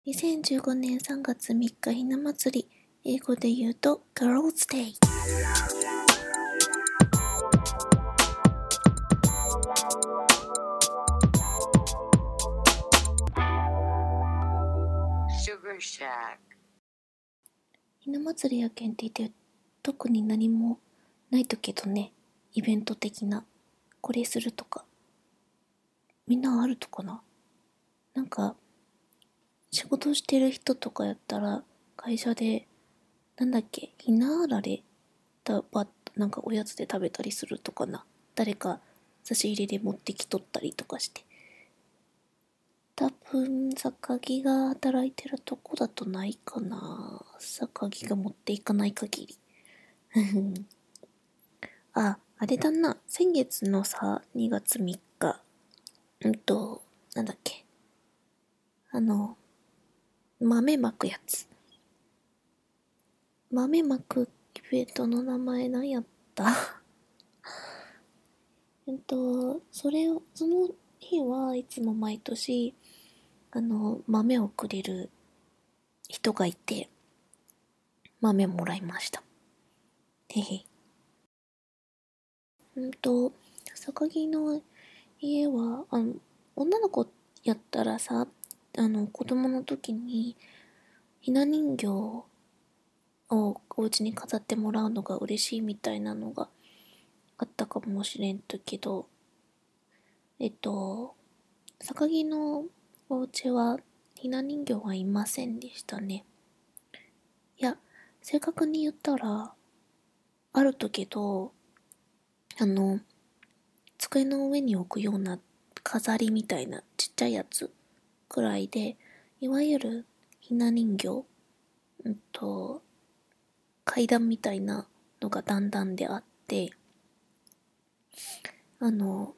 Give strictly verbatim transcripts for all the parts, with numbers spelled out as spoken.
にせんじゅうごねんさんがつみっかひな祭り、英語で言うと Girls' Day。ひな祭りやけんって言って特に何もないとけどね、イベント的なこれするとかみんなあるとかな。なんか仕事してる人とかやったら会社でなんだっけひなあられだばなんかおやつで食べたりするとかな。誰か差し入れで持ってきとったりとかして。多分榊が働いてるとこだとないかな。榊が持っていかない限り。あ、あれだな。先月のさ、にがつみっか。うんと、なんだっけ。あの、豆まくやつ。豆まくイベントの名前何やったうんと、それを、その日はいつも毎年、あの、豆をくれる人がいて、豆もらいました。へへ。うんと、榊の家は、あの、女の子やったらさ、あの、子供の時に、ひな人形をお家に飾ってもらうのが嬉しいみたいなのがあったかもしれんとけど、えっと、榊のお家はひな人形はいませんでしたね。いや、正確に言ったら、あるとけど、あの、机の上に置くような飾りみたいなちっちゃいやつくらいで、いわゆるひな人形、うんと、階段みたいなのが段々であって、あの、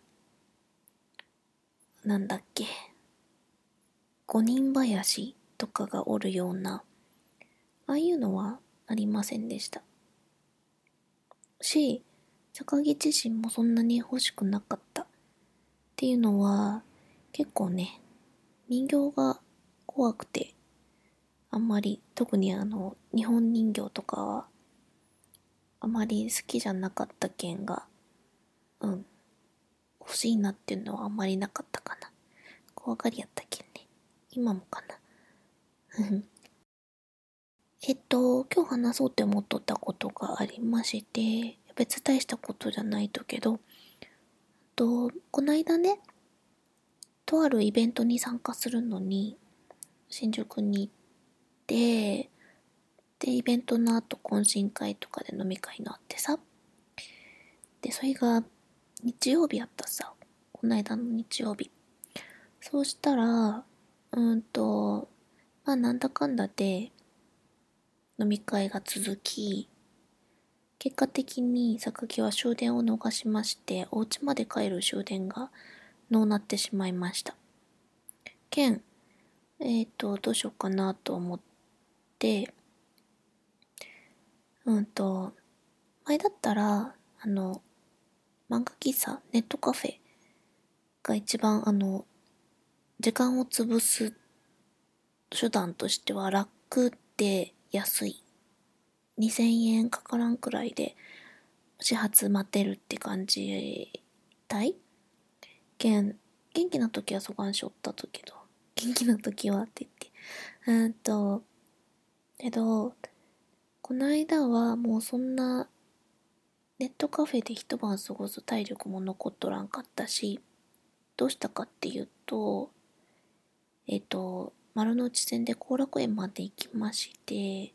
なんだっけ、五人林とかがおるような、ああいうのはありませんでした。し、坂木自身もそんなに欲しくなかったっていうのは、結構ね、人形が怖くて、あんまり、特にあの、日本人形とかは、あまり好きじゃなかった件が、うん、欲しいなっていうのはあんまりなかったかな。怖がりやったけんね。今もかな。えっと、今日話そうって思っとったことがありまして、別大したことじゃないとけど、と、こないだね、とあるイベントに参加するのに、新宿に行って、で、イベントの後懇親会とかで飲み会のあってさ、で、それが日曜日やったさ、こないだの日曜日。そうしたら、うーんと、まあなんだかんだで飲み会が続き、結果的に榊は終電を逃しまして、お家まで帰る終電がのうなってしまいました。けん、えっ、ー、と、どうしようかなと思って、うんと、前だったら、あの、漫画喫茶、ネットカフェが一番、あの、時間を潰す手段としては楽で安い。にせんえんかからんくらいで始発待てるって感じたいけん、元気な時はそがんしょったとけど、元気な時はって言って。うーんと、けど、この間はもうそんなネットカフェで一晩過ごす体力も残っとらんかったし、どうしたかっていうと、えっと、丸の内線で後楽園まで行きまして、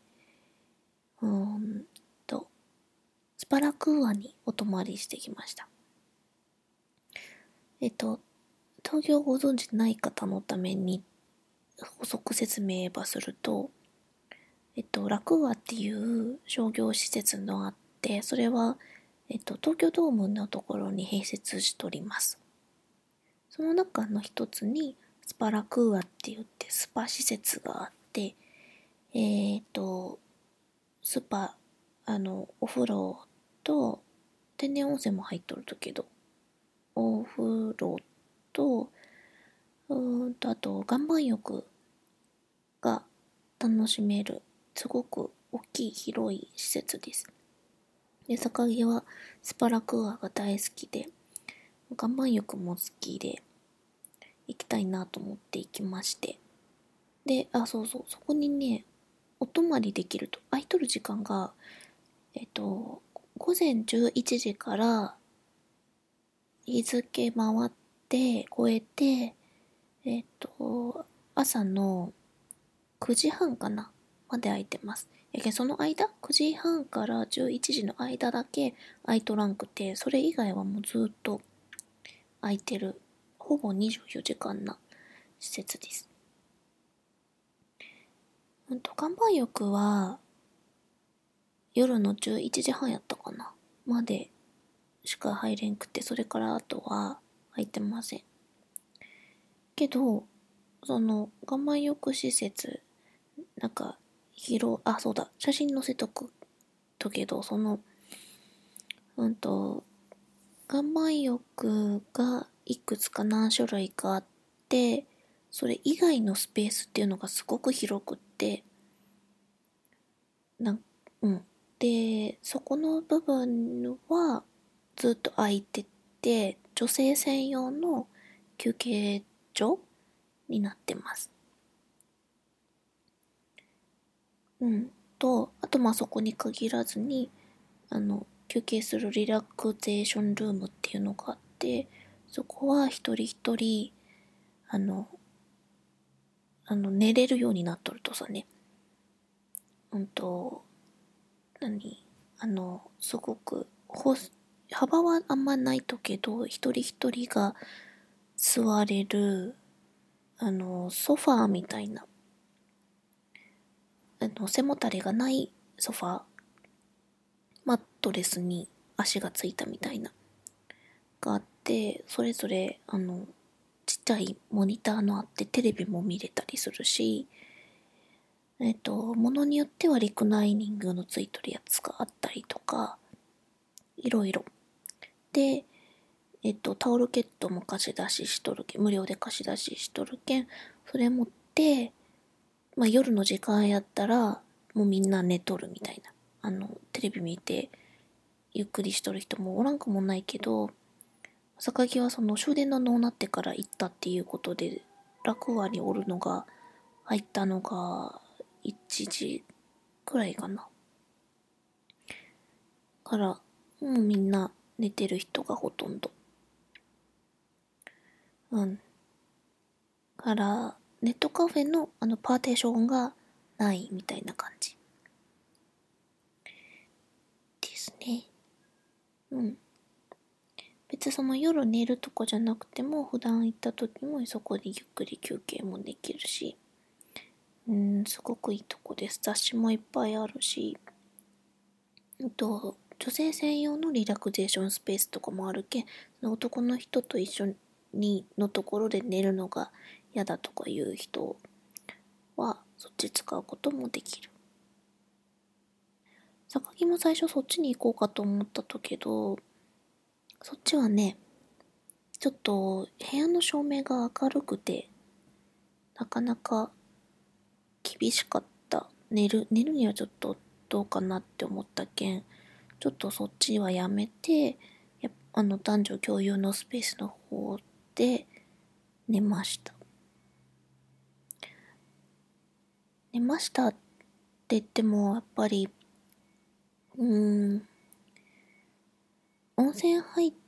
うーんと、スパラクーアにお泊まりしてきました。えっと、東京をご存知ない方のために補足説明ばすると、えっと、ラクーアっていう商業施設のあって、それは、えっと、東京ドームのところに併設しております。その中の一つに、スパラクーアって言ってスパ施設があって、えっと、スパ、あの、お風呂と、天然温泉も入っとるけど、お風呂と、うーんと、あと、岩盤浴が楽しめる、すごく大きい広い施設です。で、坂木はスパラクーアが大好きで、岩盤浴も好きで、行きたいなと思って行きまして。で、あ、そうそう、そこにね、お泊まりできると、空いとる時間が、えっと、午前じゅういちじから日付回って超えて、えっと、朝のくじはんかなまで空いてます。やけんその間、くじはんからじゅういちじの間だけ空いとらんくて、それ以外はもうずっと空いてる、ほぼにじゅうよじかんな施設です。うんと、岩盤浴は夜のじゅういちじはんやったかなまでしか入れんくて、それからあとは空いてません。けど、その岩盤浴施設、なんか、広、あ、そうだ、写真載せとくとけど、その、うんと、岩盤浴がいくつか何種類かあって、それ以外のスペースっていうのがすごく広くって、なん、うん。で、そこの部分はずっと空いてて、女性専用の休憩所になってます。うん。と、あとまあそこに限らずに、あの、休憩するリラクゼーションルームっていうのがあって、そこは一人一人、あの、あの、寝れるようになっとるとさね。うんと、何あの、すごく、ほ幅はあんまないとけど、一人一人が座れる、あの、ソファーみたいな、あの、背もたれがないソファー、マットレスに足がついたみたいな、があって、それぞれ、あの、ちっちゃいモニターのあってテレビも見れたりするし、えっと、ものによってはリクライニングのついてるやつがあったりとか、いろいろ。で、えっと、タオルケットも貸し出ししとるけん、無料で貸し出ししとるけん、それ持って、まあ夜の時間やったら、もうみんな寝とるみたいな。あの、テレビ見て、ゆっくりしとる人もおらんくもないけど、榊はその終電のノーなってから行ったっていうことで、楽和におるのが、入ったのが、いちじくらいかな。から、もうみんな寝てる人がほとんど。うん。から、ネットカフェのあのパーテーションがないみたいな感じですね。うん。別にその夜寝るとこじゃなくても、普段行った時もそこでゆっくり休憩もできるし、うん、すごくいいとこです。雑誌もいっぱいあるし、あと、女性専用のリラクゼーションスペースとかもあるけん、男の人と一緒にのところで寝るのが嫌だとかいう人は、そっち使うこともできる。榊も最初そっちに行こうかと思ったとけど、そっちはね、ちょっと部屋の照明が明るくて、なかなか厳しかった。寝る、寝るにはちょっとどうかなって思ったけん、ちょっとそっちはやめて、やあの男女共有のスペースの方で寝ました。寝ましたって言っても、やっぱり、うーん、温泉入って、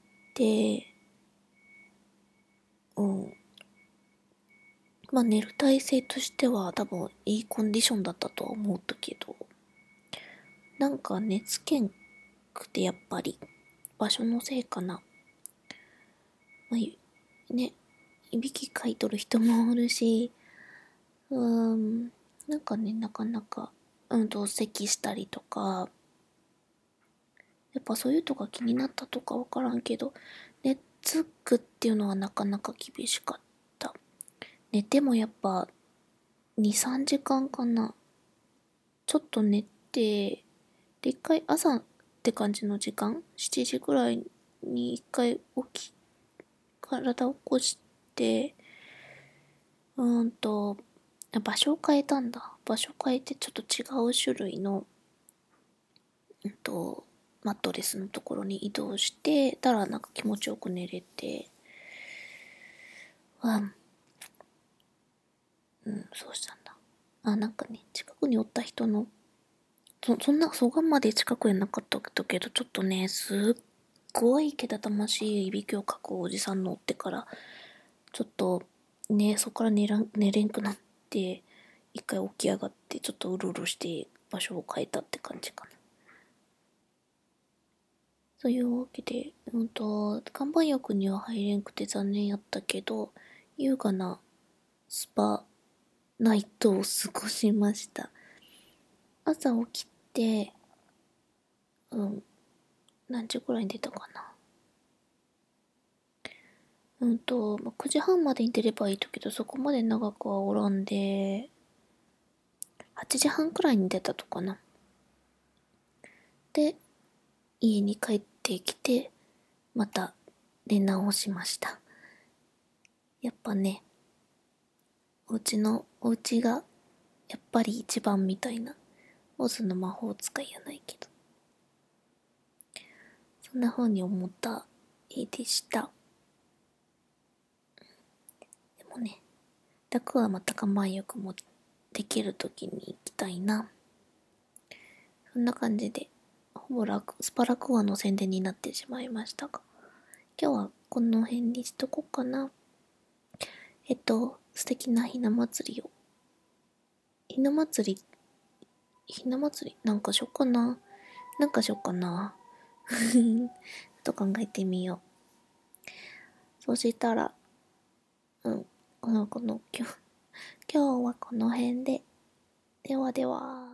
うん、まあ寝る体勢としては多分いいコンディションだったとは思ったけど、なんか寝つけんくてやっぱり場所のせいかな。まあ、ね、いびきかいとる人もおるし、うーん、なんかね、なかなか、うんと、咳したりとか、やっぱそういうとか気になったとかわからんけど、寝つくっていうのはなかなか厳しかった。寝てもやっぱに、さんじかんかな。ちょっと寝て、で、一回朝って感じの時間、しちじぐらいに一回起き、体を起こして、うーんと、 場所を変えたんだ。場所変えてちょっと違う種類の、うんと、マットレスのところに移動して、たらなんか気持ちよく寝れて、あ、うん、そうしたんだ。あ、なんかね、近くにおった人の、そ、そんな、そがまで近くになかったけど、ちょっとね、すっごいけたたましいいびきをかくおじさんのおってから、ちょっと、ね、そこから寝らん、寝れんくなって、一回起き上がって、ちょっとうろうろして場所を変えたって感じかな。そういうわけで、うんと、岩盤浴には入れんくて残念やったけど、優雅なスパナイトを過ごしました。朝起きて、うん、何時くらいに出たかな。うんと、まあ、くじはんまでに出ればいいとけど、そこまで長くはおらんで、はちじはんくらいに出たとかな。で、家に帰ってきて、また寝直しました。やっぱね、お家の、お家が、やっぱり一番みたいな、オズの魔法使いやないけど、そんな風に思った絵でした。でもね、ダクはまた岩盤浴もできる時に行きたいな。そんな感じで、ほぼラクスパラクアの宣伝になってしまいましたが、今日はこの辺にしとこうかな。えっと、素敵なひな祭りを。ひな祭り、ひな祭りなんかしよっかな。なんかしよっかな。ちょっと考えてみよう。そしたら、うん、この、この、今日、今日はこの辺で。ではでは。